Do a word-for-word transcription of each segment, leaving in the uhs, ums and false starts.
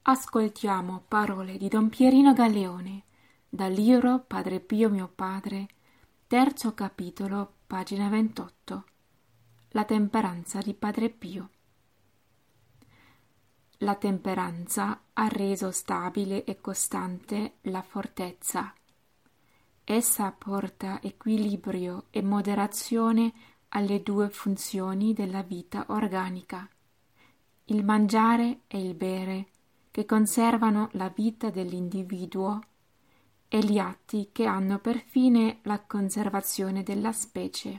Ascoltiamo parole di Don Pierino Galleone dal libro Padre Pio mio padre, terzo capitolo, pagina ventotto. La temperanza di Padre Pio. La temperanza ha reso stabile e costante la fortezza. Essa porta equilibrio e moderazione alle due funzioni della vita organica, il mangiare e il bere, che conservano la vita dell'individuo, e gli atti che hanno per fine la conservazione della specie.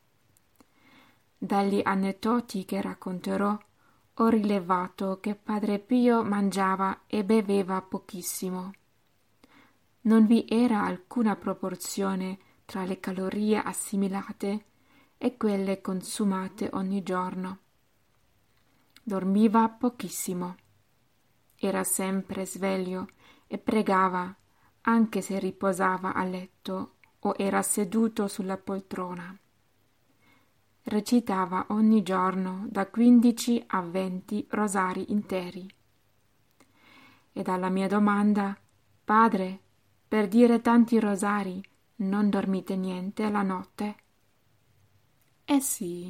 Dagli aneddoti che racconterò ho rilevato che Padre Pio mangiava e beveva pochissimo. Non vi era alcuna proporzione tra le calorie assimilate e quelle consumate ogni giorno. Dormiva pochissimo. Era sempre sveglio e pregava, anche se riposava a letto o era seduto sulla poltrona. Recitava ogni giorno da quindici a venti rosari interi. E alla mia domanda, «Padre, per dire tanti rosari non dormite niente alla notte?» «Eh sì»,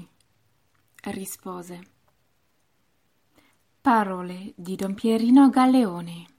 rispose. Parole di Don Pierino Galleone.